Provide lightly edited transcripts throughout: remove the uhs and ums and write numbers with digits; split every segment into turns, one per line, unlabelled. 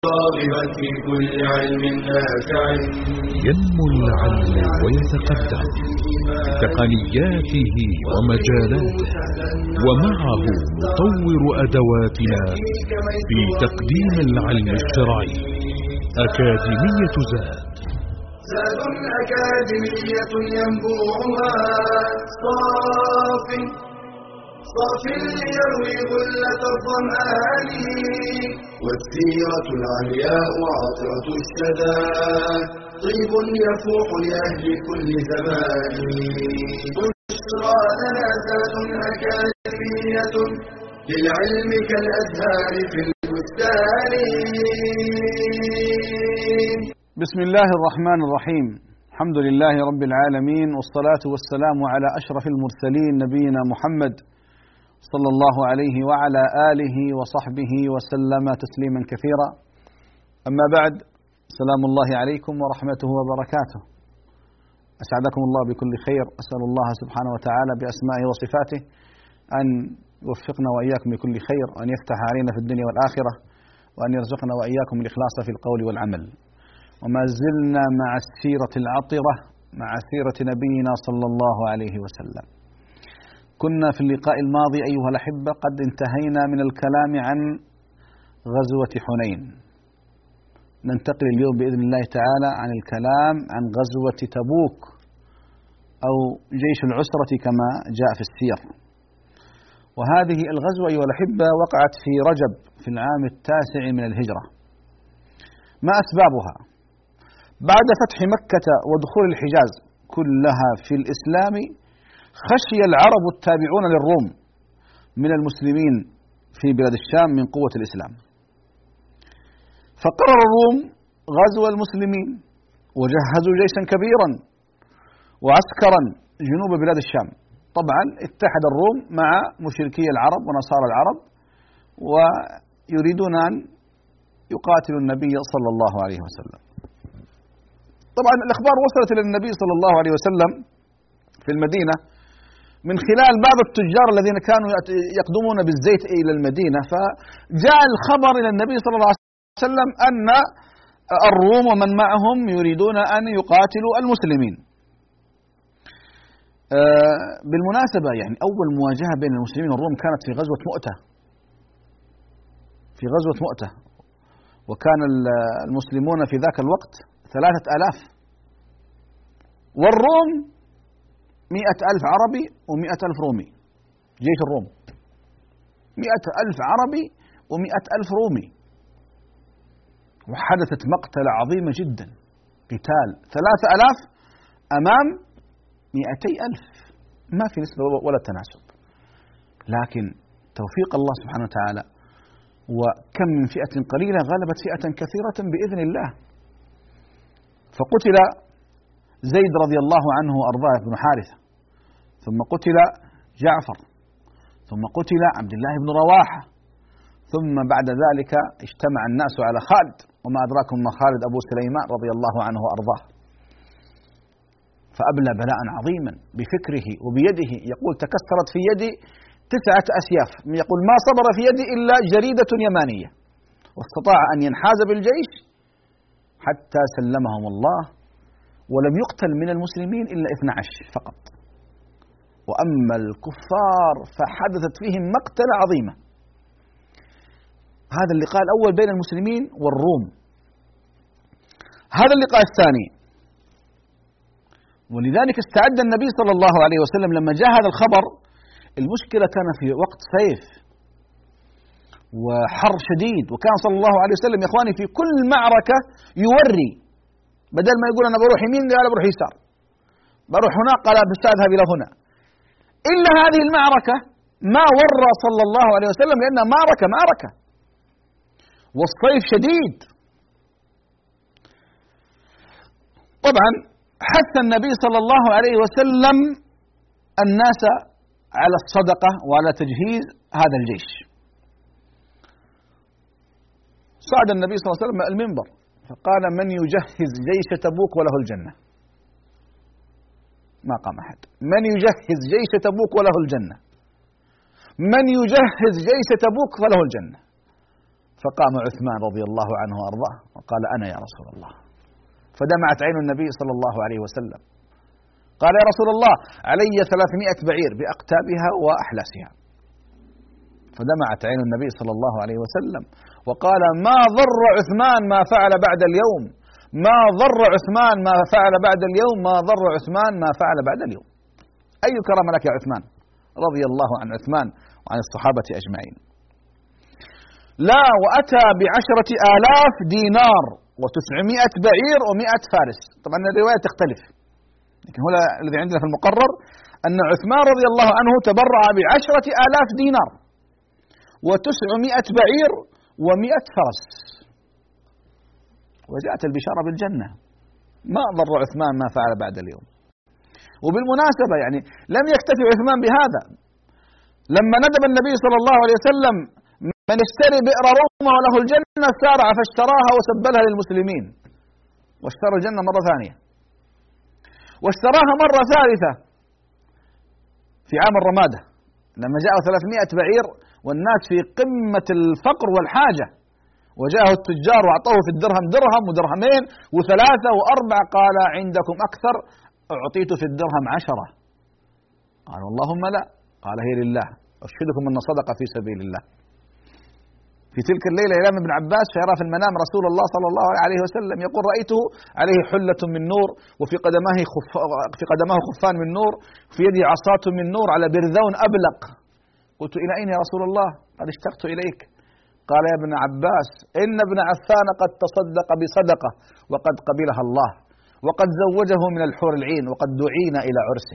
راغبا في كل علم نافع
ينمو العلم ويتقدم بتقنياته ومجالاته، ومعه نطور أدواتنا في تقديم العلم الشرعي. أكاديمية
زاد أكاديمية ينبوعها صاف ليروي غلة الظمآن، والسيرة العلياء عطرة الشدى طيب يفوح لأهل كل زمان. بشرى لنا زاد أكاديمية للعلم كالأزهار في البستان.
بسم الله الرحمن الرحيم. الحمد لله رب العالمين، والصلاة والسلام على أشرف المرسلين نبينا محمد صلى الله عليه وعلى آله وصحبه وسلم تسليما كثيرا. أما بعد، سلام الله عليكم ورحمته وبركاته. أسعدكم الله بكل خير. أسأل الله سبحانه وتعالى بأسمائه وصفاته أن يوفقنا وإياكم بكل خير، وأن يفتح علينا في الدنيا والآخرة، وأن يرزقنا وإياكم الإخلاص في القول والعمل. وما زلنا مع السيرة العطرة، مع سيرة نبينا صلى الله عليه وسلم. كنا في اللقاء الماضي أيها الأحبة قد انتهينا من الكلام عن غزوة حنين. ننتقل اليوم بإذن الله تعالى عن الكلام عن غزوة تبوك أو جيش العسرة كما جاء في السير. وهذه الغزوة أيها الأحبة وقعت في رجب في العام 9 من الهجرة. ما أسبابها؟ بعد فتح مكة ودخول الحجاز كلها في الإسلام، خشي العرب التابعون للروم من المسلمين في بلاد الشام من قوة الإسلام، فقرر الروم غزو المسلمين، وجهزوا جيشا كبيرا وعسكرا جنوب بلاد الشام. طبعا اتحد الروم مع مشركي العرب ونصارى العرب، ويريدون أن يقاتلوا النبي صلى الله عليه وسلم. طبعا الأخبار وصلت إلى النبي صلى الله عليه وسلم في المدينة من خلال بعض التجار الذين كانوا يقدمون بالزيت إلى المدينة، فجاء الخبر إلى النبي صلى الله عليه وسلم أن الروم ومن معهم يريدون أن يقاتلوا المسلمين. بالمناسبة يعني أول مواجهة بين المسلمين والروم كانت في غزوة مؤتة، وكان المسلمون في ذاك الوقت 3000، والروم 100,000 عربي و100,000 رومي. جيش الروم 100,000 عربي و100,000 رومي، وحدثت مقتلة عظيمة جدا، قتال 3000 أمام 200,000، ما في نسبة ولا تناسب. لكن توفيق الله سبحانه وتعالى، وكم من فئة قليلة غلبت فئة كثيرة بإذن الله. فقتل زيد رضي الله عنه وأرضاه بن حارثة، ثم قتل جعفر، ثم قتل عبد الله بن رواحة، ثم بعد ذلك اجتمع الناس على خالد، وما أدراكم ما خالد أبو سليمان رضي الله عنه وأرضاه. فأبلى بلاء عظيما بفكره وبيده. يقول تكسرت في يدي 9 أسياف، يقول ما صبر في يدي إلا جريدة يمانية، واستطاع أن ينحاز بالجيش حتى سلمهم الله، ولم يقتل من المسلمين إلا 12 فقط، وأما الكفار فحدثت فيهم مقتلة عظيمة. هذا اللقاء الأول بين المسلمين والروم. هذا اللقاء الثاني، ولذلك استعد النبي صلى الله عليه وسلم لما جاء هذا الخبر. المشكلة كان في وقت صيف وحر شديد، وكان صلى الله عليه وسلم يا إخواني في كل معركة يوري، بدل ما يقول أنا بروح يمين قال بروح يسار، بروح هنا قال بستذهب إلى هنا. إلا هذه المعركة ما ورى صلى الله عليه وسلم، لأنها معركة والصيف شديد. طبعا حث النبي صلى الله عليه وسلم الناس على الصدقة وعلى تجهيز هذا الجيش. صعد النبي صلى الله عليه وسلم المنبر فقال من يجهز جيش تبوك وله الجنة. ما قام أحد. من يجهز جيش تبوك وله الجنة، من يجهز جيش تبوك فله الجنة. فقام عثمان رضي الله عنه وأرضاه وقال: أنا يا رسول الله. فدمعت عين النبي صلى الله عليه وسلم. قال: يا رسول الله، علي 300 بعير بأقتابها وأحلاسها. فدمعت عين النبي صلى الله عليه وسلم وقال: ما ضر عثمان ما فعل بعد اليوم، ما ضر عثمان ما فعل بعد اليوم، ما ضر عثمان ما فعل بعد اليوم. أي كرم لك يا عثمان؟ رضي الله عن عثمان وعن الصحابة أجمعين. لا، وأتى ب10,000 دينار و900 بعير و100 فارس. طبعا الرواية تختلف، لكن هنا الذي عندنا في المقرر أن عثمان رضي الله عنه تبرع ب10,000 دينار و900 بعير و100 فرس، وجاءت البشارة بالجنة. ما ضر عثمان ما فعل بعد اليوم. وبالمناسبة يعني لم يكتفي عثمان بهذا، لما ندب النبي صلى الله عليه وسلم من اشتري بئر روما وله الجنة سارع فاشتراها وسبلها للمسلمين، واشترى الجنة مرة ثانية، واشتراها مرة ثالثة في عام الرمادة لما جاءوا 300 بعير والناس في قمة الفقر والحاجة، وجاءه التجار وأعطوه في الدرهم درهم ودرهمين و3 و4، قال: عندكم أكثر؟ أعطيت في الدرهم 10. قالوا: اللهم لا. قال: هي لله، أشهدكم أن صدقة في سبيل الله. في تلك الليلة ينام ابن عباس فيرى في المنام رسول الله صلى الله عليه وسلم يقول: رأيته عليه حلة من نور، وفي قدمه خفان من نور، في يده عصاة من نور على برذون أبلق. قلت: إلى أين يا رسول الله؟ قال: اشتقت إليك. قال: يا ابن عباس، إن ابن عفان قد تصدق بصدقة وقد قبلها الله، وقد زوجه من الحور العين، وقد دعينا إلى عرسه.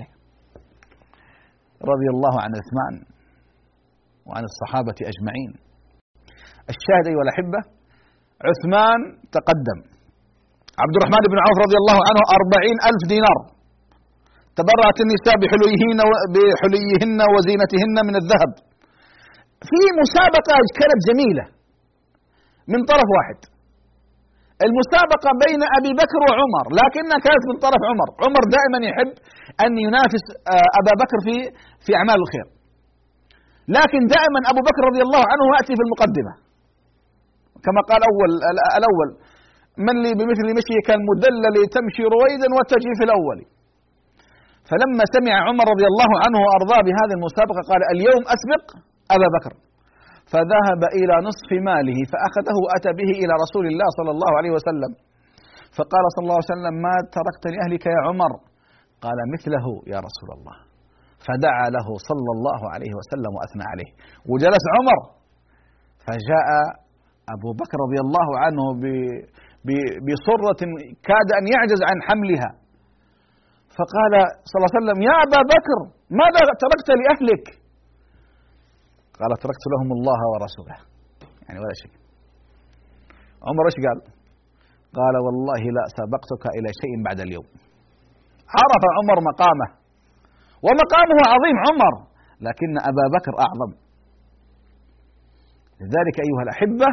رضي الله عن عثمان وعن الصحابة أجمعين. الشاهد أيها الأحبة، عثمان تقدم. عبد الرحمن بن عوف رضي الله عنه 40,000 دينار. تبرعت النساء بحليهن وزينتهن من الذهب. في مسابقة كانت جميلة من طرف واحد، المسابقة بين أبي بكر وعمر، لكنها كانت من طرف عمر. عمر دائما يحب أن ينافس أبا بكر في أعمال الخير، لكن دائما أبو بكر رضي الله عنه يأتي في المقدمة، كما قال الأول: من لي بمثل مشيك المدلل تمشي رويدا وتجي في الأول. فلما سمع عمر رضي الله عنه وأرضاه بهذه المسابقة قال: اليوم أسبق أبا بكر. فذهب إلى نصف ماله فأخذه وأتى به إلى رسول الله صلى الله عليه وسلم، فقال صلى الله عليه وسلم: ما تركت لأهلك يا عمر؟ قال: مثله يا رسول الله. فدعا له صلى الله عليه وسلم وأثنى عليه، وجلس عمر. فجاء أبو بكر رضي الله عنه بصرة كاد أن يعجز عن حملها، فقال صلى الله عليه وسلم: يا أبا بكر، ماذا تركت لأهلك؟ قال: تركت لهم الله ورسوله، يعني ولا شيء. عمر ايش قال؟ قال: والله لا سبقتك إلى شيء بعد اليوم. عرف عمر مقامه، ومقامه عظيم عمر، لكن أبا بكر أعظم. لذلك أيها الأحبة،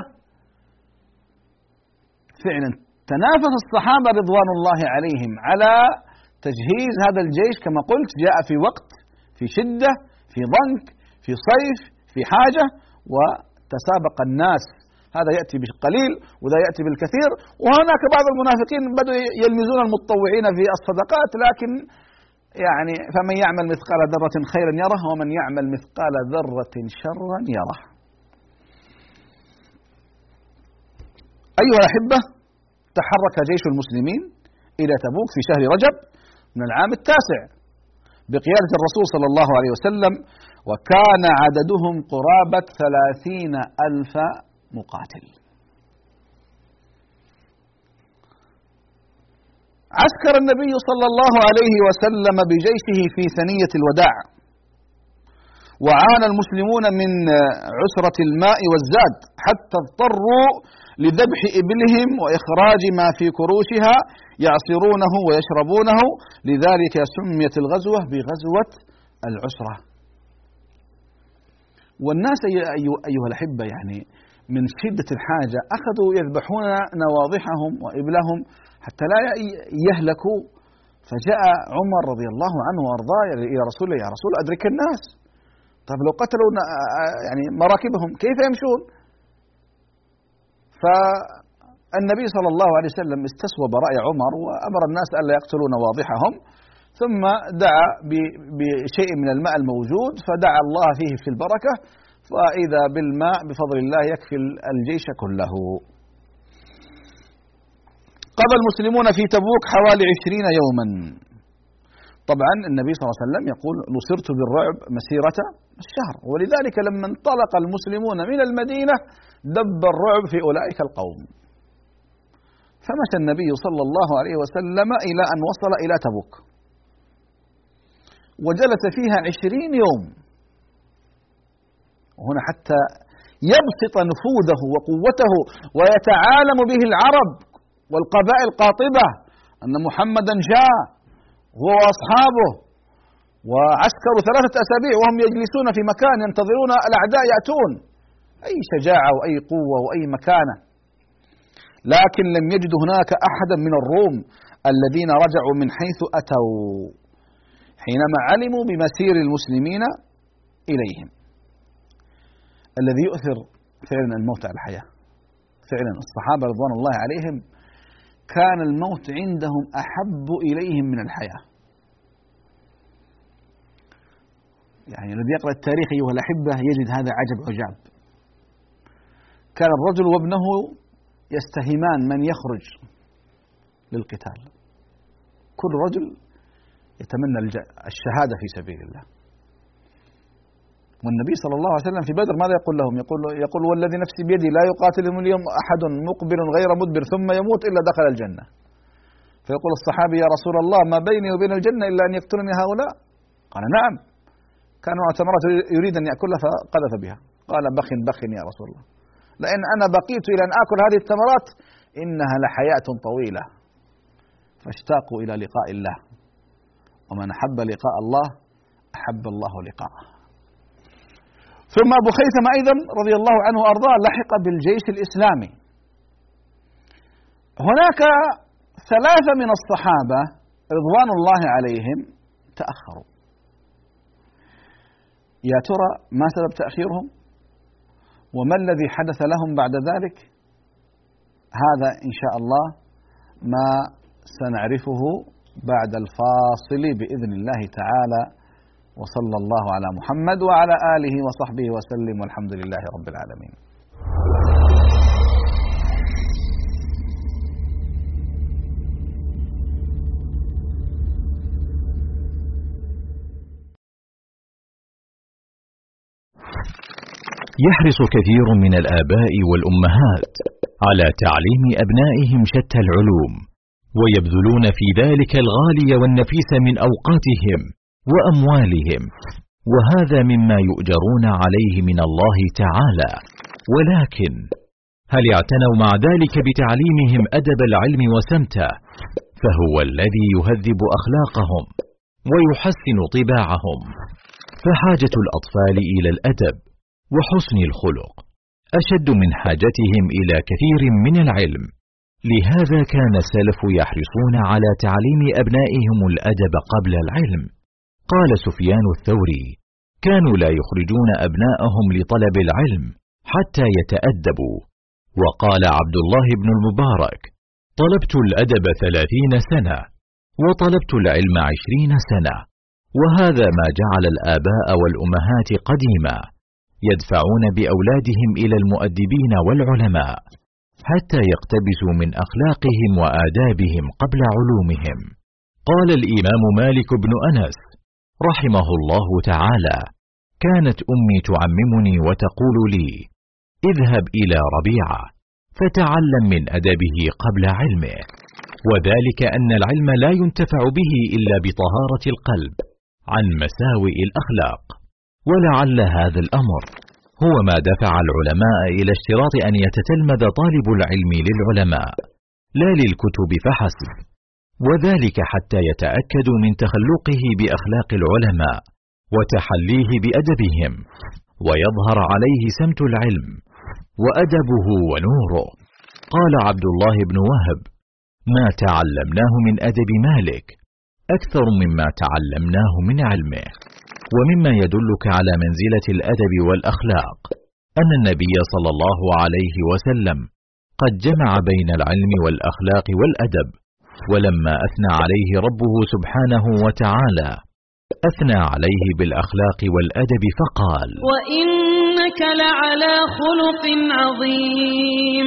فعلا تنافس الصحابة رضوان الله عليهم على تجهيز هذا الجيش. كما قلت، جاء في وقت، في شدة، في ضنك، في صيف، في حاجة، وتسابق الناس، هذا يأتي بالقليل وذا يأتي بالكثير. وهناك بعض المنافقين بدأوا يلمزون المتطوعين في الصدقات، لكن يعني فمن يعمل مثقال ذرة خيرا يره، ومن يعمل مثقال ذرة شرا يره. أيها الأحبة، تحرك جيش المسلمين إلى تبوك في شهر رجب من العام 9 بقيادة الرسول صلى الله عليه وسلم، وكان عددهم قرابة 30,000 مقاتل. عسكر النبي صلى الله عليه وسلم بجيشه في ثنية الوداع، وعانى المسلمون من عسرة الماء والزاد، حتى اضطروا لذبح إبلهم وإخراج ما في كروشها يعصرونه ويشربونه. لذلك سميت الغزوة بغزوة العسرة. والناس أيها الأحبة يعني من شدة الحاجة أخذوا يذبحون نواضحهم وإبلهم حتى لا يهلكوا. فجاء عمر رضي الله عنه وأرضاه إلى رسول الله: يا رسول أدرك الناس، طيب لو قتلوا يعني مراكبهم كيف يمشون؟ فالنبي صلى الله عليه وسلم استصوب رأي عمر وأمر الناس ألا يقتلون واضحهم، ثم دعا بشيء من الماء الموجود، فدعا الله فيه في البركة، فإذا بالماء بفضل الله يكفي الجيش كله. قضى المسلمون في تبوك حوالي 20 يوما. طبعا النبي صلى الله عليه وسلم يقول: نصرت بالرعب مسيرة الشهر، ولذلك لما انطلق المسلمون من المدينة دب الرعب في أولئك القوم، فمشى النبي صلى الله عليه وسلم إلى أن وصل إلى تبوك، وجلس فيها 20 يوم، وهنا حتى يبسط نفوذه وقوته ويتعالم به العرب والقبائل قاطبة أن محمدا جاء هو وأصحابه وعسكروا 3 أسابيع وهم يجلسون في مكان ينتظرون الأعداء يأتون. أي شجاعة وأي قوة وأي مكانة. لكن لم يجد هناك أحدا من الروم الذين رجعوا من حيث أتوا حينما علموا بمسير المسلمين إليهم. الذي يؤثر فعلا الموت على الحياة. فعلا الصحابة رضوان الله عليهم كان الموت عندهم أحب إليهم من الحياة. يعني الذي يقرأ التاريخ أيها الأحبة يجد هذا عجب عجاب. كان الرجل وابنه يستهمان من يخرج للقتال، كل رجل يتمنى الشهادة في سبيل الله. والنبي صلى الله عليه وسلم في بدر ماذا يقول لهم؟ يقول: والذي نفسي بيدي لا يقاتلهم اليوم أحد مقبل غير مدبر ثم يموت إلا دخل الجنة. فيقول الصحابي: يا رسول الله ما بيني وبين الجنة إلا أن يقتلني هؤلاء؟ قال: نعم، كان معه تمرات يريد أن يأكلها فقذف بها. قال: بخ يا رسول الله، لأن أنا بقيت إلى أن آكل هذه التمرات إنها لحياة طويلة. فاشتاقوا إلى لقاء الله، ومن أحب لقاء الله أحب الله لقاءه. ثم أبو خيثمة أيضا رضي الله عنه وأرضاه لحق بالجيش الإسلامي. هناك 3 من الصحابة رضوان الله عليهم تأخروا. يا ترى ما سبب تأخيرهم؟ وما الذي حدث لهم بعد ذلك؟ هذا إن شاء الله ما سنعرفه بعد الفاصل بإذن الله تعالى. وصلى الله على محمد وعلى آله وصحبه وسلم، والحمد لله رب العالمين.
يحرص كثير من الآباء والأمهات على تعليم أبنائهم شتى العلوم، ويبذلون في ذلك الغالي والنفيس من أوقاتهم وأموالهم، وهذا مما يؤجرون عليه من الله تعالى. ولكن هل اعتنوا مع ذلك بتعليمهم أدب العلم وسمته؟ فهو الذي يهذب أخلاقهم ويحسن طباعهم. فحاجة الأطفال إلى الأدب وحسن الخلق أشد من حاجتهم إلى كثير من العلم. لهذا كان السلف يحرصون على تعليم أبنائهم الأدب قبل العلم. قال سفيان الثوري: كانوا لا يخرجون أبناءهم لطلب العلم حتى يتأدبوا. وقال عبد الله بن المبارك: طلبت الأدب 30 سنة وطلبت العلم 20 سنة. وهذا ما جعل الآباء والأمهات قديما يدفعون بأولادهم إلى المؤدبين والعلماء حتى يقتبسوا من أخلاقهم وآدابهم قبل علومهم. قال الإمام مالك بن أنس رحمه الله تعالى: كانت أمي تعممني وتقول لي: اذهب إلى ربيعة فتعلم من أدبه قبل علمه. وذلك أن العلم لا ينتفع به إلا بطهارة القلب عن مساوئ الأخلاق. ولعل هذا الأمر هو ما دفع العلماء إلى اشتراط أن يتتلمذ طالب العلم للعلماء لا للكتب فحسب، وذلك حتى يتأكدوا من تخلقه بأخلاق العلماء وتحليه بأدبهم، ويظهر عليه سمت العلم وأدبه ونوره. قال عبد الله بن وهب: ما تعلمناه من أدب مالك أكثر مما تعلمناه من علمه. ومما يدلك على منزلة الأدب والأخلاق أن النبي صلى الله عليه وسلم قد جمع بين العلم والأخلاق والأدب. ولما أثنى عليه ربه سبحانه وتعالى أثنى عليه بالأخلاق والأدب فقال:
وإنك لعلى خلق عظيم.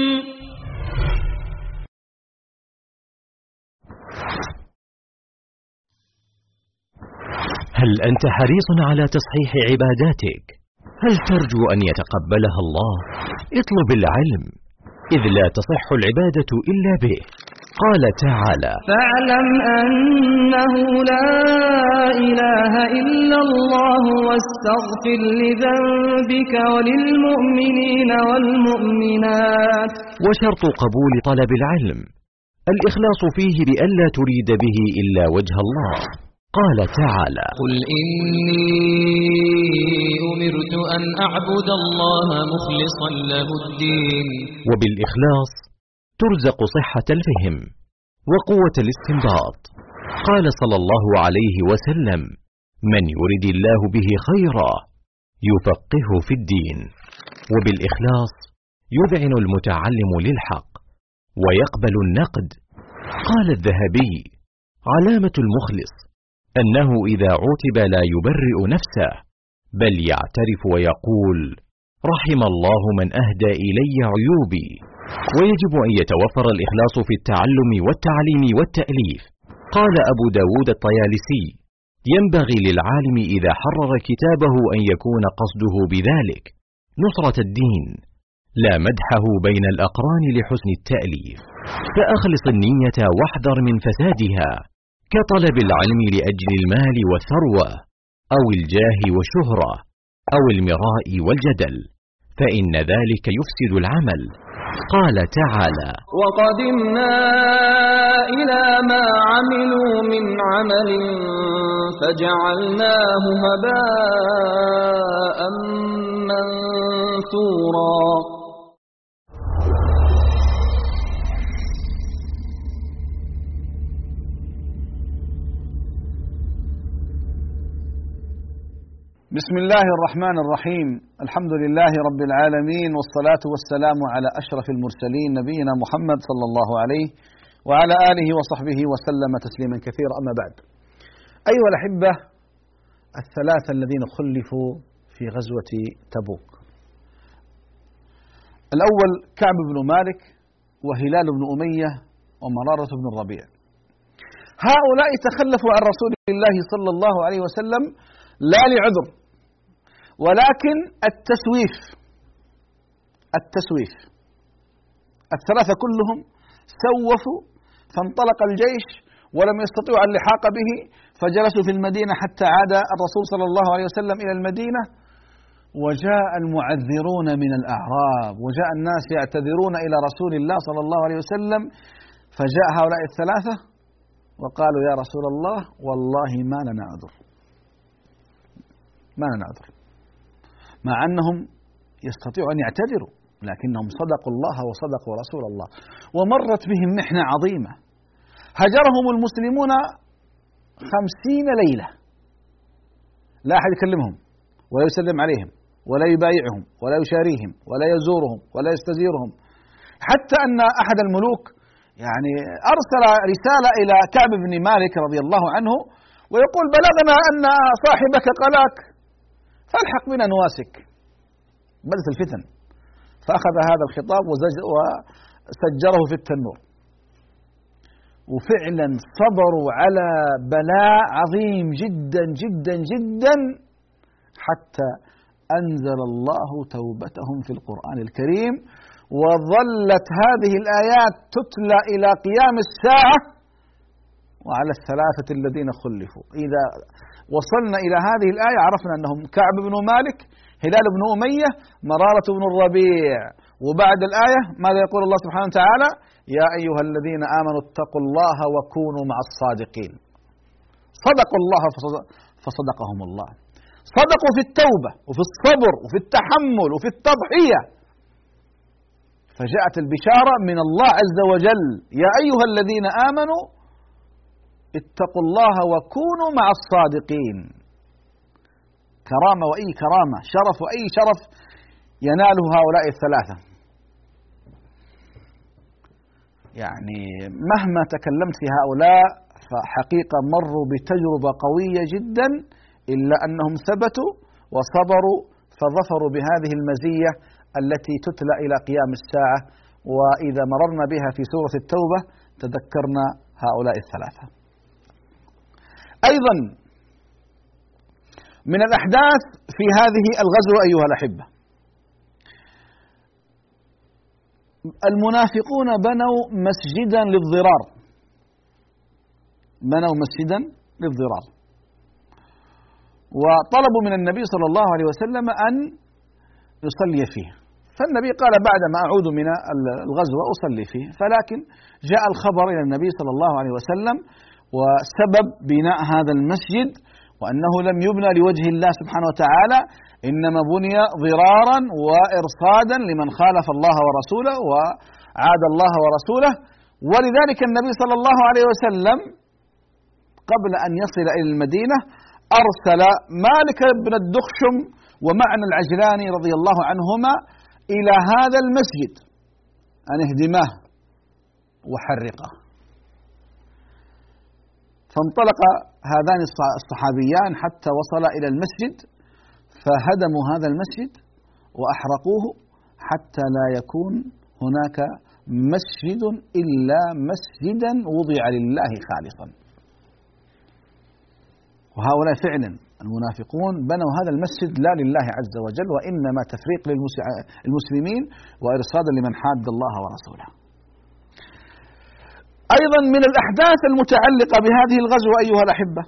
هل أنت حريص على تصحيح عباداتك؟ هل ترجو أن يتقبلها الله؟ اطلب العلم، إذ لا تصح العبادة إلا به. قال تعالى:
فاعلم أنه لا إله إلا الله واستغفر لذنبك وللمؤمنين والمؤمنات.
وشرط قبول طلب العلم الإخلاص فيه بألا تريد به إلا وجه الله. قال تعالى:
قل إني أمرت أن أعبد الله مخلصا له الدين.
وبالإخلاص ترزق صحة الفهم وقوة الاستنباط. قال صلى الله عليه وسلم: من يرد الله به خيرا يفقهه في الدين. وبالإخلاص يذعن المتعلم للحق ويقبل النقد. قال الذهبي: علامة المخلص أنه إذا عوتب لا يبرئ نفسه، بل يعترف ويقول: رحم الله من أهدى إلي عيوبي. ويجب أن يتوفر الإخلاص في التعلم والتعليم والتأليف. قال أبو داود الطيالسي: ينبغي للعالم إذا حرر كتابه أن يكون قصده بذلك نصرة الدين، لا مدحه بين الأقران لحسن التأليف. فأخلص النية واحذر من فسادها، كطلب العلم لأجل المال والثروة أو الجاه والشهرة أو المراء والجدل، فإن ذلك يفسد العمل. قال تعالى:
وقدمنا إلى ما عملوا من عمل فجعلناه هباء منثورا.
بسم الله الرحمن الرحيم. الحمد لله رب العالمين، والصلاة والسلام على أشرف المرسلين نبينا محمد صلى الله عليه وعلى آله وصحبه وسلم تسليما كثيرا. أما بعد، أيها الأحبة، الثلاثة الذين خلفوا في غزوة تبوك: الأول كعب بن مالك، وهلال بن أمية، ومرارة بن الربيع. هؤلاء تخلفوا عن رسول الله صلى الله عليه وسلم لا لعذر، ولكن التسويف. الثلاثة كلهم سوفوا، فانطلق الجيش ولم يستطيعوا اللحاق به، فجلسوا في المدينة حتى عاد الرسول صلى الله عليه وسلم إلى المدينة، وجاء المعذرون من الأعراب، وجاء الناس يعتذرون إلى رسول الله صلى الله عليه وسلم، فجاء هؤلاء الثلاثة وقالوا: يا رسول الله، والله ما لنا عذر، مع أنهم يستطيعوا أن يعتذروا، لكنهم صدقوا الله وصدقوا رسول الله. ومرت بهم محنة عظيمة، هجرهم المسلمون 50 ليلة، لا أحد يكلمهم ولا يسلم عليهم ولا يبايعهم ولا يشاريهم ولا يزورهم ولا يستزيرهم، حتى أن أحد الملوك يعني أرسل رسالة إلى كعب بن مالك رضي الله عنه ويقول: بلغنا أن صاحبك قلاك، فالحق بنا نواسك. بدت الفتن، فأخذ هذا الخطاب وسجره في التنور. وفعلا صبروا على بلاء عظيم جدا جدا جدا، حتى أنزل الله توبتهم في القرآن الكريم، وظلت هذه الآيات تتلى إلى قيام الساعة. وعلى الثلاثة الذين خلفوا، إذا وصلنا إلى هذه الآية عرفنا أنهم كعب بن مالك، هلال بن أمية، مرارة بن الربيع. وبعد الآية ماذا يقول الله سبحانه وتعالى؟ يا أيها الذين آمنوا اتقوا الله وكونوا مع الصادقين. صدقوا الله فصدقهم الله، صدقوا في التوبة وفي الصبر وفي التحمل وفي التضحية، فجاءت البشارة من الله عز وجل: يا أيها الذين آمنوا اتقوا الله وكونوا مع الصادقين. كرامة وأي كرامة، شرف وأي شرف يناله هؤلاء الثلاثة. يعني مهما تكلمت في هؤلاء فحقيقة مروا بتجربة قوية جدا، إلا أنهم ثبتوا وصبروا فظفروا بهذه المزية التي تتلى إلى قيام الساعة. وإذا مررنا بها في سورة التوبة تذكرنا هؤلاء الثلاثة. أيضا من الأحداث في هذه الغزوة أيها الأحبة، المنافقون بنوا مسجدا للضرار، بنوا مسجدا للضرار، وطلبوا من النبي صلى الله عليه وسلم أن يصلي فيه، فالنبي قال بعدما أعود من الغزوة أصلي فيه، فلكن جاء الخبر إلى النبي صلى الله عليه وسلم وسبب بناء هذا المسجد وأنه لم يبنى لوجه الله سبحانه وتعالى، إنما بني ضرارا وإرصادا لمن خالف الله ورسوله وعاد الله ورسوله. ولذلك النبي صلى الله عليه وسلم قبل أن يصل إلى المدينة أرسل مالك بن الدخشم ومعن العجلاني رضي الله عنهما إلى هذا المسجد أن اهدماه وحرقه. فانطلق هذان الصحابيان حتى وصلا إلى المسجد، فهدموا هذا المسجد وأحرقوه حتى لا يكون هناك مسجد إلا مسجدا وضع لله خالصا. وهؤلاء فعلا المنافقون بنوا هذا المسجد لا لله عز وجل، وإنما تفريق للمسلمين وإرصادا لمن حاد الله ورسوله. أيضا من الأحداث المتعلقة بهذه الغزوة أيها الأحبة،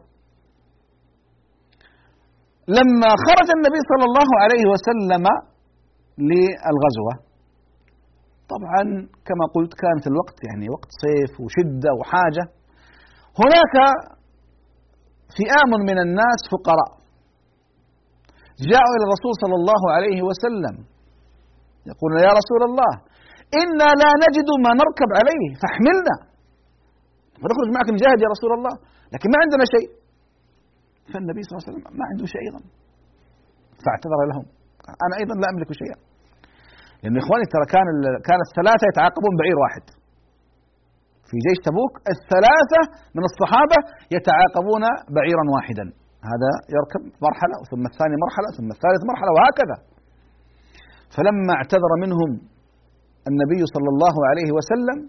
لما خرج النبي صلى الله عليه وسلم للغزوة، طبعا كما قلت كانت الوقت يعني وقت صيف وشدة وحاجة، هناك فئام من الناس فقراء جاءوا إلى الرسول صلى الله عليه وسلم يقولون يا رسول الله إنا لا نجد ما نركب عليه فاحملنا ونخرج معك نجاهد يا رسول الله، لكن ما عندنا شيء. فالنبي صلى الله عليه وسلم ما عنده شيء أيضا، فاعتذر لهم أنا أيضا لا أملك شيئا، لأن إخواني ترى كان الثلاثة يتعاقبون بعير واحد في جيش تبوك، الثلاثة من الصحابة يتعاقبون بعيرا واحدا، هذا يركب مرحلة ثم الثاني مرحلة ثم الثالث مرحلة وهكذا. فلما اعتذر منهم النبي صلى الله عليه وسلم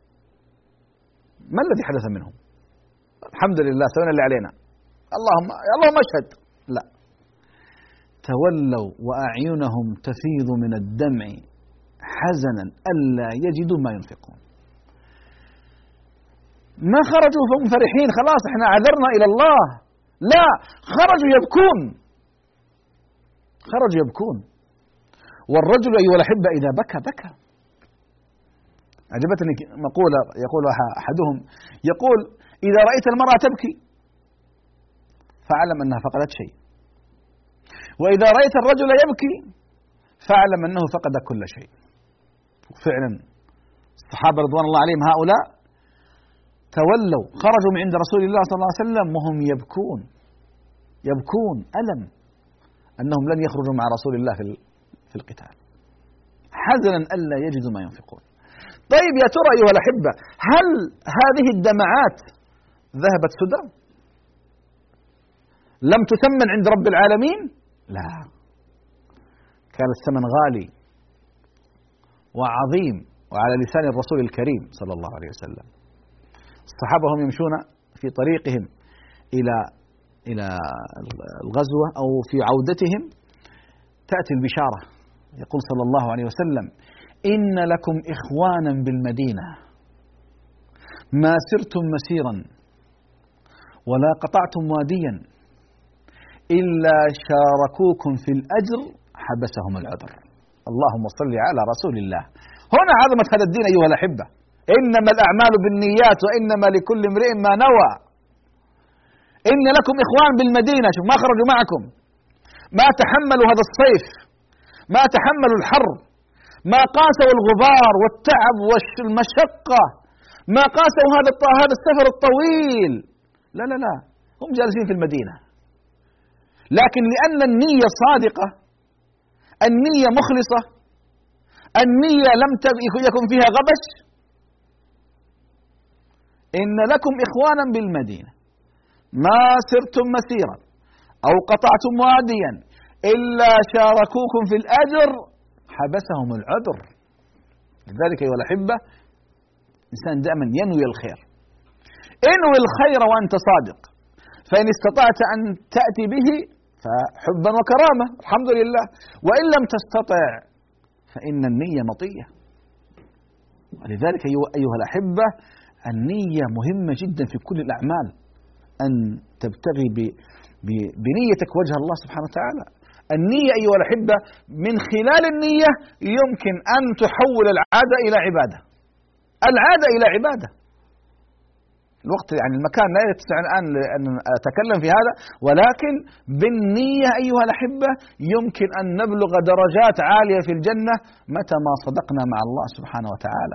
ما الذي حدث منهم؟ الحمد لله سوينا اللي علينا، اللهم اشهد. لا، تولوا وأعينهم تفيض من الدمع حزنا ألا يجدوا ما ينفقون. ما خرجوا فهم فرحين خلاص احنا عذرنا إلى الله، لا، خرجوا يبكون، خرجوا يبكون. والرجل أيها الأحبة إذا بكى عجبتني مقولة يقولها أحدهم، يقول إذا رأيت المرأة تبكي فاعلم أنها فقدت شيء، وإذا رأيت الرجل يبكي فاعلم أنه فقد كل شيء. فعلا الصحابة رضوان الله عليهم هؤلاء تولوا خرجوا من عند رسول الله صلى الله عليه وسلم وهم يبكون ألم أنهم لن يخرجوا مع رسول الله في القتال، حزنا ألا يجدوا ما ينفقون. طيب يا ترى أيها الأحبة، هل هذه الدمعات ذهبت سدى؟ لم تثمن عند رب العالمين؟ لا، كان الثمن غالي وعظيم، وعلى لسان الرسول الكريم صلى الله عليه وسلم. الصحابة هم يمشون في طريقهم إلى الغزوة أو في عودتهم تأتي البشارة، يقول صلى الله عليه وسلم إن لكم إخوانا بالمدينة ما سرتم مسيرا ولا قطعتم واديا إلا شاركوكم في الأجر حبسهم العذر. اللهم صل على رسول الله. هنا عظمة هذا الدين أيها الأحبة، إنما الأعمال بالنيات وإنما لكل امرئ ما نوى. إن لكم إخوان بالمدينة، شوف ما خرجوا معكم، ما تحملوا هذا الصيف، ما تحملوا الحر، ما قاسوا الغبار والتعب والمشقة، ما قاسوا هذا السفر الطويل، لا لا لا، هم جالسين في المدينة، لكن لأن النية صادقة، النية مخلصة، النية لم يكن فيها غبش، إن لكم إخوانا بالمدينة ما سرتم مسيرا أو قطعتم واديا إلا شاركوكم في الأجر حبسهم العذر. لذلك أيها الأحبة الإنسان دائما ينوي الخير، انوي الخير وأنت صادق، فإن استطعت أن تأتي به فحبا وكرامة الحمد لله، وإن لم تستطع فإن النية مطية. ولذلك أيها الأحبة النية مهمة جدا في كل الأعمال، أن تبتغي بنيتك وجه الله سبحانه وتعالى. النية أيها الأحبة من خلال النية يمكن أن تحول العادة إلى عبادة، العادة إلى عبادة. الوقت يعني المكان لا يتسع الآن أن أتكلم في هذا، ولكن بالنية أيها الأحبة يمكن أن نبلغ درجات عالية في الجنة متى ما صدقنا مع الله سبحانه وتعالى.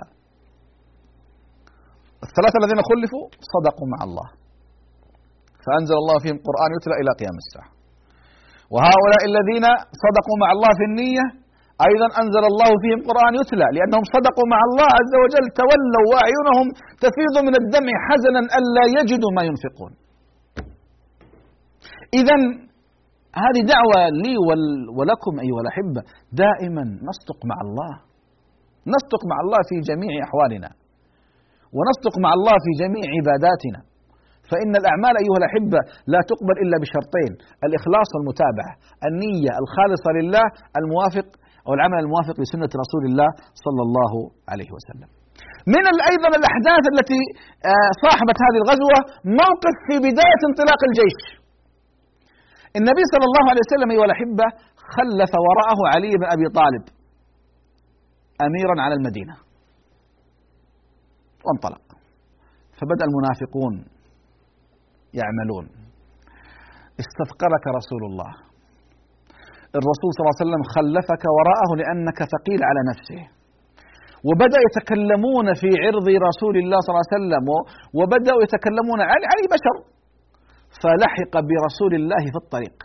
الثلاثة الذين خلفوا صدقوا مع الله فأنزل الله فيهم قرآن يتلى إلى قيام الساعة، وهؤلاء الذين صدقوا مع الله في النية أيضا أنزل الله فيهم قرآن يتلى لأنهم صدقوا مع الله عز وجل، تولوا وأعينهم تفيض من الدمع حزنا ألا يجدوا ما ينفقون. إذن هذه دعوة لي ولكم أيها الأحبة، دائما نصدق مع الله، نصدق مع الله في جميع أحوالنا، ونصدق مع الله في جميع عباداتنا. فإن الأعمال أيها الأحبة لا تقبل إلا بشرطين: الإخلاص والمتابعة، النية الخالصة لله الموافق أو العمل الموافق لسنة رسول الله صلى الله عليه وسلم. من أيضا الأحداث التي صاحبت هذه الغزوة موقف في بداية انطلاق الجيش. النبي صلى الله عليه وسلم أيها الأحبة خلف وراءه علي بن أبي طالب أميرا على المدينة وانطلق، فبدأ المنافقون يعملون: استثقلك رسول الله، الرسول صلى الله عليه وسلم خلفك وراءه لأنك ثقيل على نفسه، وبدأ يتكلمون في عرض رسول الله صلى الله عليه وسلم، وبدأوا يتكلمون علي بشر. فلحق برسول الله في الطريق،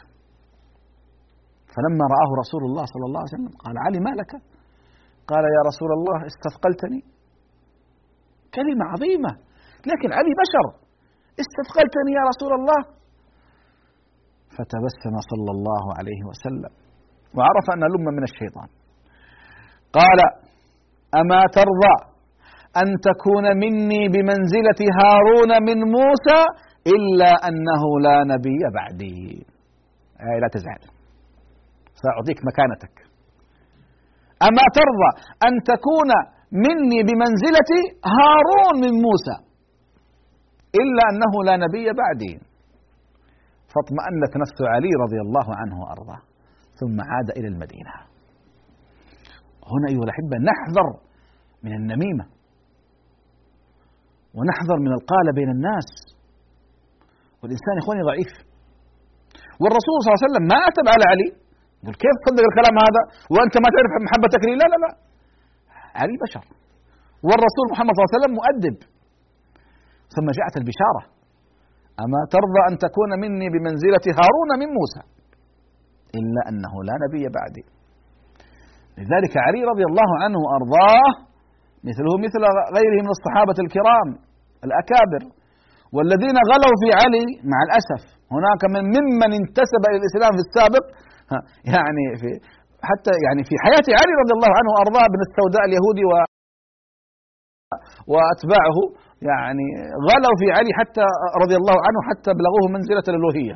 فلما رآه رسول الله صلى الله عليه وسلم قال: علي ما لك؟ قال: يا رسول الله استثقلتني. كلمة عظيمة، لكن علي بشر، استثقلتني يا رسول الله. فتبسم صلى الله عليه وسلم وعرف أن لم من الشيطان. قال: أما ترضى أن تكون مني بمنزلة هارون من موسى إلا أنه لا نبي بعدي. لا تزعل، سأعطيك مكانتك. أما ترضى أن تكون مني بمنزلة هارون من موسى إلا أنه لا نبي بعدي. فاطمأنت نفس علي رضي الله عنه وأرضاه، ثم عاد إلى المدينة. هنا أيها الأحبة نحذر من النميمة، ونحذر من القالة بين الناس، والإنسان إخواني ضعيف. والرسول صلى الله عليه وسلم ما أتب على علي، يقول: كيف تصدق الكلام هذا وأنت ما تعرف محبتك لي؟ لا لا لا، علي بشر، والرسول محمد صلى الله عليه وسلم مؤدب. ثم جاءت البشارة: أما ترضى أن تكون مني بمنزلة هارون من موسى إلا أنه لا نبي بعدي. لذلك علي رضي الله عنه وأرضاه مثله مثل غيره من الصحابة الكرام الأكابر، والذين غلوا في علي مع الأسف هناك ممن انتسب إلى الإسلام في السابق، يعني حتى يعني في حياة علي رضي الله عنه وأرضاه بن السوداء اليهودي وأتباعه، يعني غلوا في علي حتى رضي الله عنه حتى بلغوه منزلة الألوهية،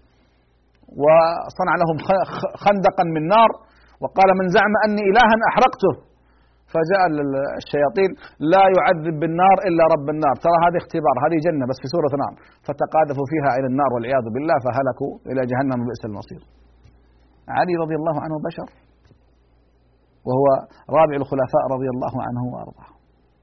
وصنع لهم خندقا من نار وقال: من زعم أني إلها أحرقته. فجاء الشياطين: لا يعذب بالنار إلا رب النار، ترى هذه اختبار، هذه جنة بس في سورة نار، فتقاذفوا فيها إلى النار والعياذ بالله، فهلكوا إلى جهنم وبئس المصير. علي رضي الله عنه بشر، وهو رابع الخلفاء رضي الله عنه وأرضاه.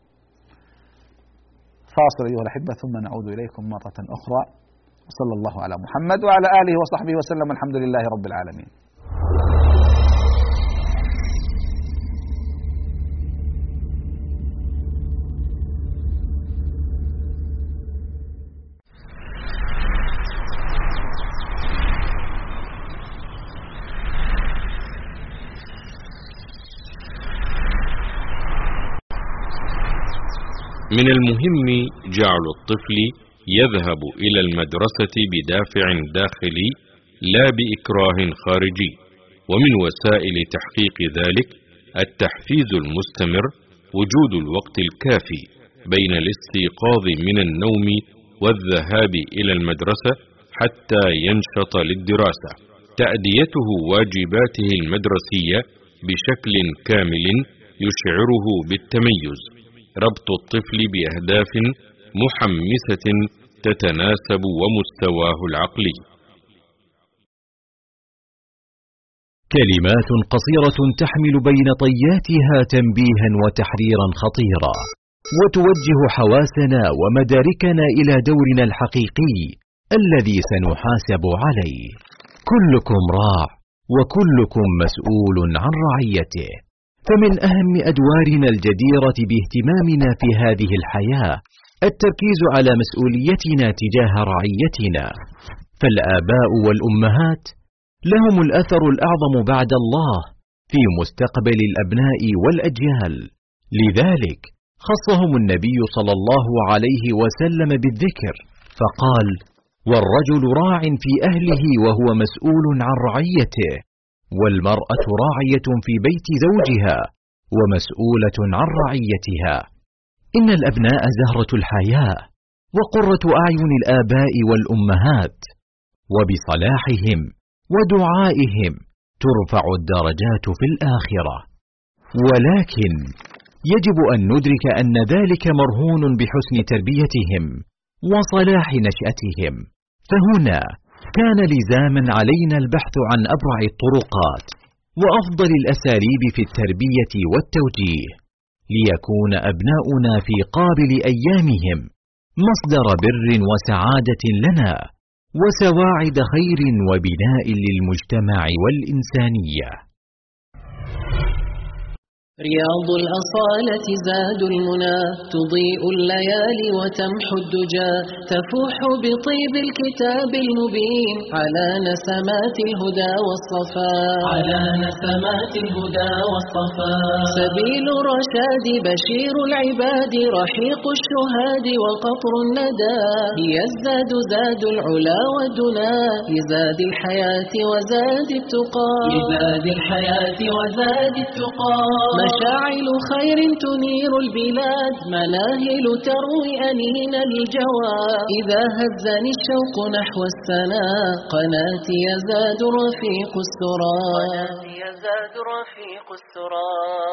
فاصل أيها الأحبة ثم نعود إليكم مرة أخرى. صلى الله على محمد وعلى آله وصحبه وسلم، الحمد لله رب العالمين.
من المهم جعل الطفل يذهب إلى المدرسة بدافع داخلي لا بإكراه خارجي، ومن وسائل تحقيق ذلك التحفيز المستمر، وجود الوقت الكافي بين الاستيقاظ من النوم والذهاب إلى المدرسة حتى ينشط للدراسة، تأديته واجباته المدرسية بشكل كامل يشعره بالتميز، ربط الطفل بأهداف محمسة تتناسب ومستواه العقلي.
كلمات قصيرة تحمل بين طياتها تنبيها وتحريرا خطيرا، وتوجه حواسنا ومداركنا إلى دورنا الحقيقي الذي سنحاسب عليه. كلكم راع وكلكم مسؤول عن رعيته، فمن أهم أدوارنا الجديرة باهتمامنا في هذه الحياة التركيز على مسؤوليتنا تجاه رعيتنا، فالآباء والأمهات لهم الأثر الأعظم بعد الله في مستقبل الأبناء والأجيال، لذلك خصهم النبي صلى الله عليه وسلم بالذكر فقال: والرجل راع في أهله وهو مسؤول عن رعيته، والمرأة راعية في بيت زوجها ومسؤولة عن رعيتها. إن الأبناء زهرة الحياة وقرة أعين الآباء والأمهات، وبصلاحهم ودعائهم ترفع الدرجات في الآخرة، ولكن يجب أن ندرك أن ذلك مرهون بحسن تربيتهم وصلاح نشأتهم، فهنا كان لزاما علينا البحث عن أبرع الطرقات وأفضل الأساليب في التربية والتوجيه، ليكون أبناؤنا في قابل أيامهم مصدر بر وسعادة لنا وسواعد خير وبناء للمجتمع والإنسانية.
رياض الأصالة زاد المنى، تضيء الليالي وتمحو الدجى، تفوح بطيب الكتاب المبين على نسمات الهدى والصفاء، على نسمات الهدى والصفاء. سبيل الرشاد بشير العباد، رحيق الشهاد وقطر الندى، هي الزاد زاد العلا والدنا، لزاد الحياة وزاد التقى، لزاد الحياة وزاد التقى. مشاعل خير تنير البلاد، مناهل تروي أنين الجوى، إذا هزني الشوق نحو السنا، قناتي يزاد رفيق السرى، قناتي يزاد رفيق السرى.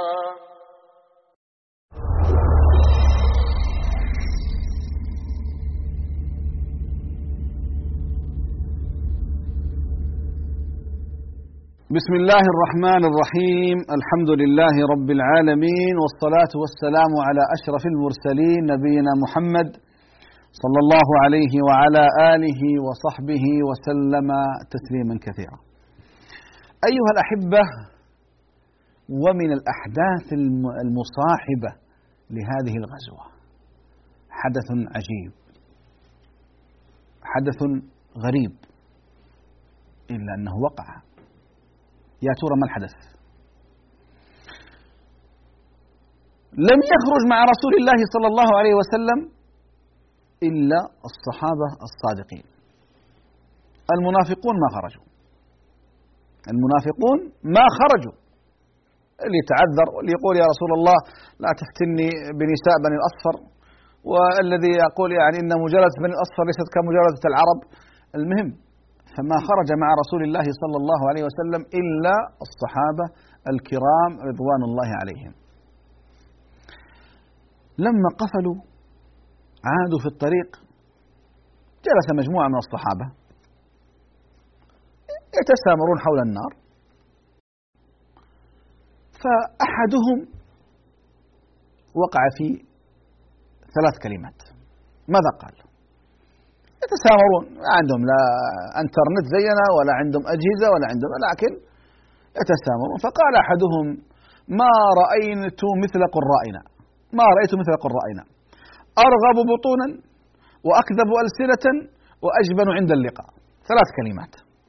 بسم الله الرحمن الرحيم، الحمد لله رب العالمين، والصلاة والسلام على أشرف المرسلين نبينا محمد صلى الله عليه وعلى آله وصحبه وسلم تسليما كثيرا. أيها الأحبة، ومن الأحداث المصاحبة لهذه الغزوة حدث عجيب، حدث غريب، إلا أنه وقع. يا ترى ما الحدث؟ لم يخرج مع رسول الله صلى الله عليه وسلم إلا الصحابة الصادقين. المنافقون ما خرجوا، المنافقون ما خرجوا. اللي يتعذر واللي يقول يا رسول الله لا تفتني بنساء بني الأصفر، والذي يقول يعني إن مجالدة بني الأصفر ليست كمجالدة العرب. المهم، فما خرج مع رسول الله صلى الله عليه وسلم إلا الصحابة الكرام رضوان الله عليهم. لما قفلوا عادوا في الطريق، جلس مجموعة من الصحابة يتسامرون حول النار، فأحدهم وقع في 3 كلمات. ماذا قال؟ يتسامرون، ما عندهم لا انترنت زينا ولا عندهم أجهزة ولا عندهم، لكن يتسامرون. فقال أحدهم: ما رأيت مثل قرائنا، ما رأيت مثل قرائنا، أرغب بطونا وأكذب ألسنة وأجبن عند اللقاء. 3 كلمات.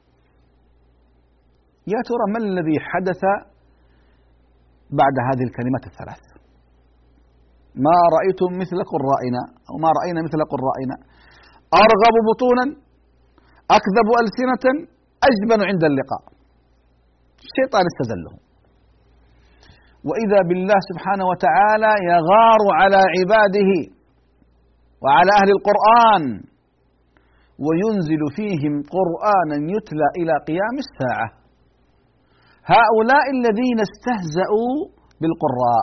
يا ترى ما الذي حدث بعد هذه الكلمات ال3؟ ما رأيتم مثل قرائنا أو ما رأينا مثل قرائنا أرغب بطونا أكذب ألسنة أجبن عند اللقاء. الشيطان استزله. وإذا بالله سبحانه وتعالى يغار على عباده وعلى أهل القرآن وينزل فيهم قرآنا يتلى إلى قيام الساعة. هؤلاء الذين استهزأوا بالقراء،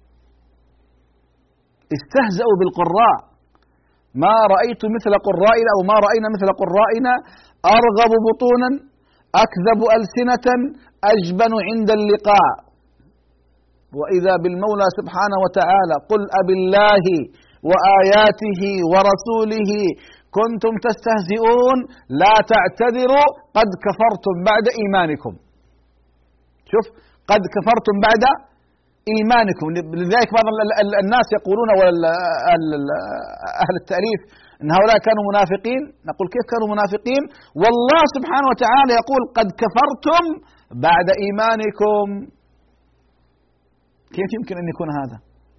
استهزأوا بالقراء، ما رأيت مثل قرائنا أو ما رأينا مثل قرائنا أرغب بطونا أكذب ألسنة أجبن عند اللقاء. وإذا بالمولى سبحانه وتعالى قل أبالله وآياته ورسوله كنتم تستهزئون لا تعتذروا قد كفرتم بعد إيمانكم. شوف، قد كفرتم بعد إيمانكم. لذلك بعض الناس يقولون أهل التأليف إن هؤلاء كانوا منافقين. نقول كيف كانوا منافقين؟ والله سبحانه وتعالى يقول قد كفرتم بعد إيمانكم. كيف يمكن أن يكون هذا؟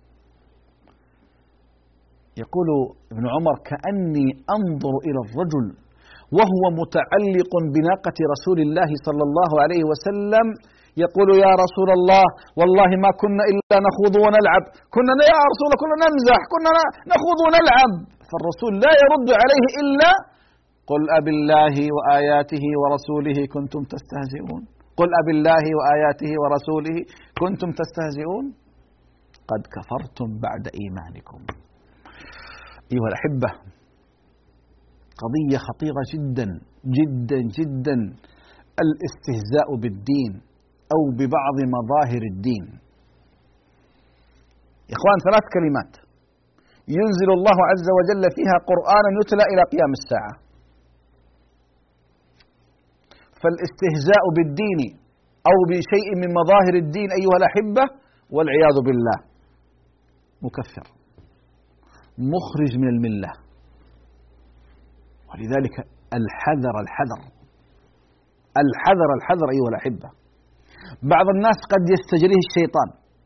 يقول ابن عمر كأني أنظر إلى الرجل وهو متعلق بناقة رسول الله صلى الله عليه وسلم يقول يا رسول الله والله ما كنا إلا نخوض ونلعب، كنا يا رسول الله كنا نمزح، كنا نخوض ونلعب. فالرسول لا يرد عليه إلا قل أبالله وآياته ورسوله كنتم تستهزئون، قل أبالله وآياته ورسوله كنتم تستهزئون قد كفرتم بعد إيمانكم. أيها الأحبة، قضية خطيرة جدا جدا جدا، الاستهزاء بالدين أو ببعض مظاهر الدين. يا إخوان، 3 كلمات ينزل الله عز وجل فيها قرآنا يتلى إلى قيام الساعة. فالاستهزاء بالدين أو بشيء من مظاهر الدين أيها الأحبة والعياذ بالله مكفر، مخرج من الملة. ولذلك الحذر الحذر الحذر الحذر أيها الأحبة. بعض الناس قد يستجريه الشيطان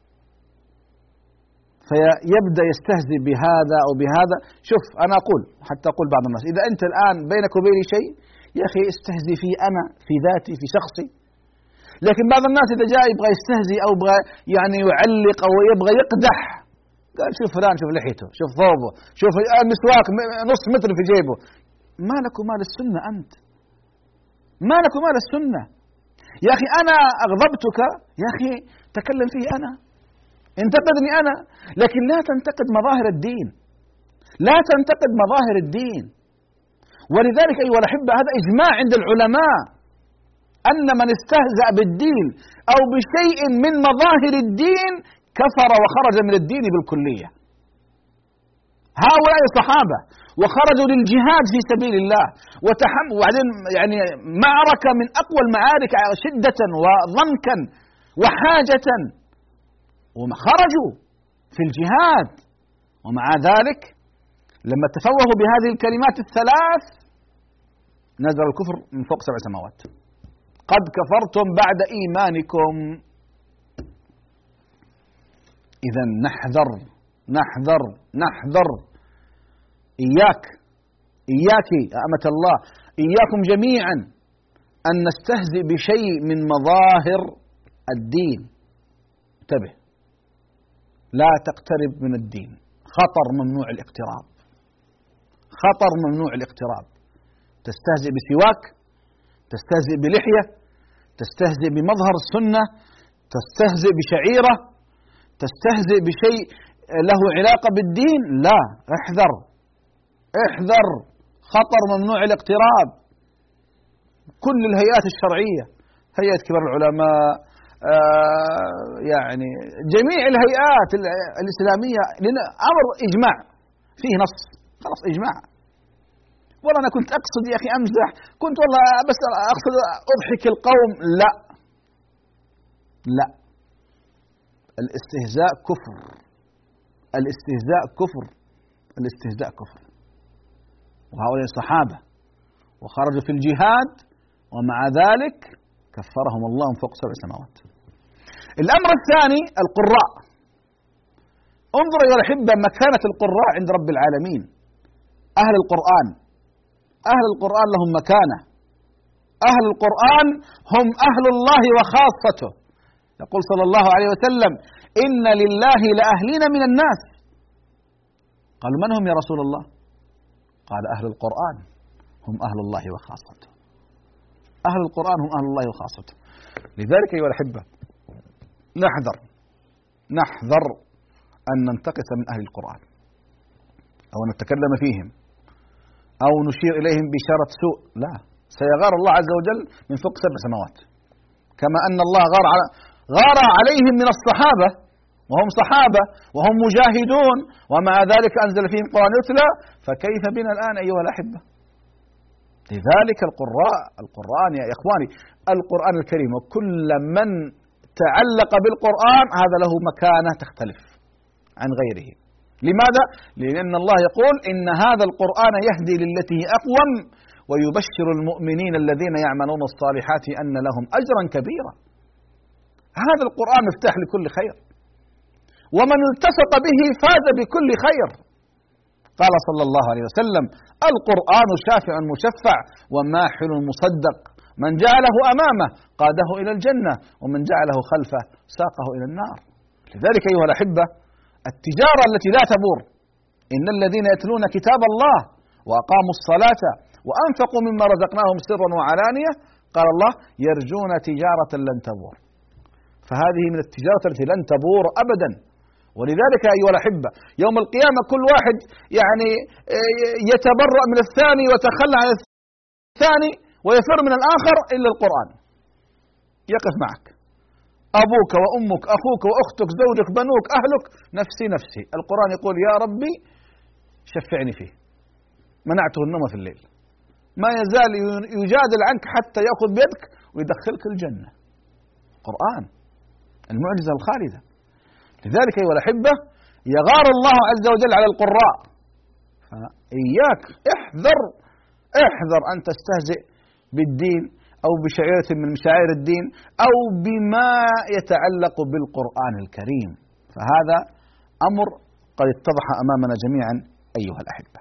فيبدأ يستهزئ بهذا أو بهذا. شوف، أنا أقول حتى أقول بعض الناس إذا أنت الآن بينك وبيني شيء يا أخي استهزئ في أنا، في ذاتي، في شخصي. لكن بعض الناس إذا جاء يبغى يستهزئ أو يبغى يعني يعلق أو يبغى يقدح، قال شوف فلان، شوف لحيته، شوف ثوبه، شوف المسواك نص متر في جيبه. ما لك ومال السنة أنت؟ ما لك ومال السنة؟ يا أخي أنا أغضبتك، يا أخي تكلم فيه أنا، انتقدني أنا، لكن لا تنتقد مظاهر الدين، لا تنتقد مظاهر الدين. ولذلك أيها الأحبة هذا إجماع عند العلماء أن من استهزأ بالدين أو بشيء من مظاهر الدين كفر وخرج من الدين بالكلية. هؤلاء الصحابة وخرجوا للجهاد في سبيل الله وبعدين يعني معركة من أقوى المعارك شدة وضنكا وحاجة، وخرجوا في الجهاد، ومع ذلك لما تفوهوا بهذه الكلمات الثلاث نزل الكفر من فوق 7 سماوات. قد كفرتم بعد إيمانكم. إذا نحذر نحذر نحذر. إياك يا أمة الله، إياكم جميعا أن نستهزئ بشيء من مظاهر الدين. انتبه، لا تقترب من الدين، خطر، ممنوع الاقتراب، خطر ممنوع الاقتراب. تستهزئ بسواك، تستهزئ بلحية، تستهزئ بمظهر السنة، تستهزئ بشعيرة، تستهزئ بشيء له علاقة بالدين، لا، احذر احذر، خطر، ممنوع الاقتراب. كل الهيئات الشرعية، هيئة كبار العلماء، يعني جميع الهيئات الإسلامية، لأن أمر إجماع فيه نص، خلاص إجماع. والله أنا كنت أقصد يا أخي أمزح، كنت والله بس أقصد أضحك القوم. لا لا، الاستهزاء كفر، الاستهزاء كفر، الاستهزاء كفر. وهؤلاء الصحابة وخرجوا في الجهاد ومع ذلك كفرهم الله من فوق 7 سماوات. الأمر الثاني القراء. انظر أيها الأحبة مكانة القراء عند رب العالمين. أهل القرآن لهم مكانة. أهل القرآن هم أهل الله وخاصته. يقول صلى الله عليه وسلم: إن لله لأهلين من الناس. قالوا: من هم يا رسول الله؟ قال: أهل القرآن هم أهل الله وخاصته. أهل القرآن هم أهل الله وخاصته. لذلك أيها الأحبة نحذر أن ننتقص من أهل القرآن أو نتكلم فيهم أو نشير إليهم بإشارة سوء. لا، سيغار الله عز وجل من فوق 7 سماوات، كما أن الله غار عليهم من الصحابة وهم صحابة وهم مجاهدون ومع ذلك أنزل فيهم قرآن يتلى، فكيف بنا الآن أيها الأحبة؟ لذلك القرآن يا إخواني، القرآن الكريم وكل من تعلق بالقرآن هذا له مكانة تختلف عن غيره. لماذا؟ لأن الله يقول: إن هذا القرآن يهدي للتي هي أقوم ويبشر المؤمنين الذين يعملون الصالحات أن لهم أجرا كبيرا. هذا القرآن مفتاح لكل خير، ومن التصق به فاز بكل خير. قال صلى الله عليه وسلم: القرآن شافع مشفع وماحل مصدق، من جعله أمامه قاده إلى الجنة ومن جعله خلفه ساقه إلى النار. لذلك أيها الأحبة التجارة التي لا تبور، إن الذين يتلون كتاب الله وأقاموا الصلاة وأنفقوا مما رزقناهم سرا وعلانية، قال الله: يرجون تجارة لن تبور. فهذه من التجارة التي لن تبور أبدا. ولذلك أيها الأحبة يوم القيامة كل واحد يتبرأ من الثاني ويتخلى عن الثاني ويفر من الآخر إلا القرآن يقف معك، أبوك وأمك أخوك وأختك زوجك بنوك أهلك، نفسي نفسي. القرآن يقول: يا ربي شفعني فيه، منعته النوم في الليل، ما يزال يجادل عنك حتى يأخذ بيدك ويدخلك الجنة. قرآن المعجزة الخالدة. لذلك أيها الأحبة يغار الله عز وجل على القراء، فإياك احذر أن تستهزئ بالدين أو بشعيرة من مشاعر الدين أو بما يتعلق بالقرآن الكريم، فهذا أمر قد اتضح أمامنا جميعا أيها الأحبة.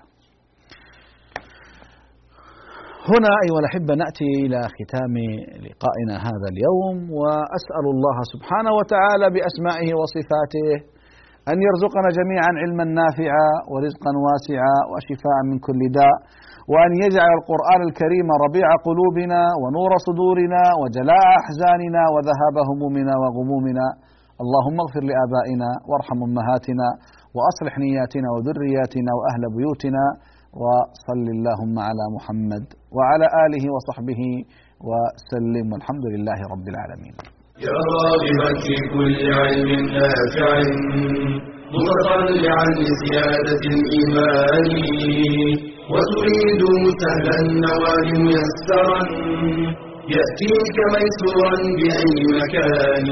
هنا أيها الأحبة نأتي إلى ختام لقائنا هذا اليوم، وأسأل الله سبحانه وتعالى بأسمائه وصفاته أن يرزقنا جميعا علما نافعا ورزقا واسعا وشفاء من كل داء، وأن يجعل القرآن الكريم ربيع قلوبنا ونور صدورنا وجلاء أحزاننا وذهاب همومنا وغمومنا. اللهم اغفر لآبائنا وارحم أمهاتنا وأصلح نياتنا وذرياتنا وأهل بيوتنا، وصل اللهم على محمد وعلى آله وصحبه وسلم، والحمد لله رب العالمين.
يا راغبا في كل علم نافع متطلعا لزيادة الإيمان، وتريد سهلا النوال ميسرا يأتيك ميسورا بأي مكان.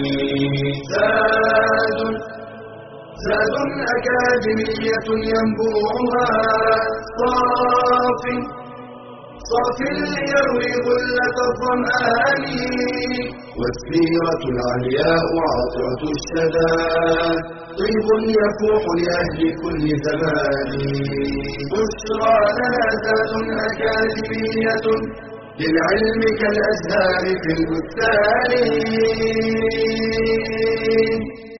زاد أكاديمية ينبوعها صاف ليروي غلة الظمآن، والسيرة العلياء عاطرة الشدى طيب يفوح لأهل كل زمان. بشرى لنا زاد أكاديمية للعلم كالأزهار في البستان.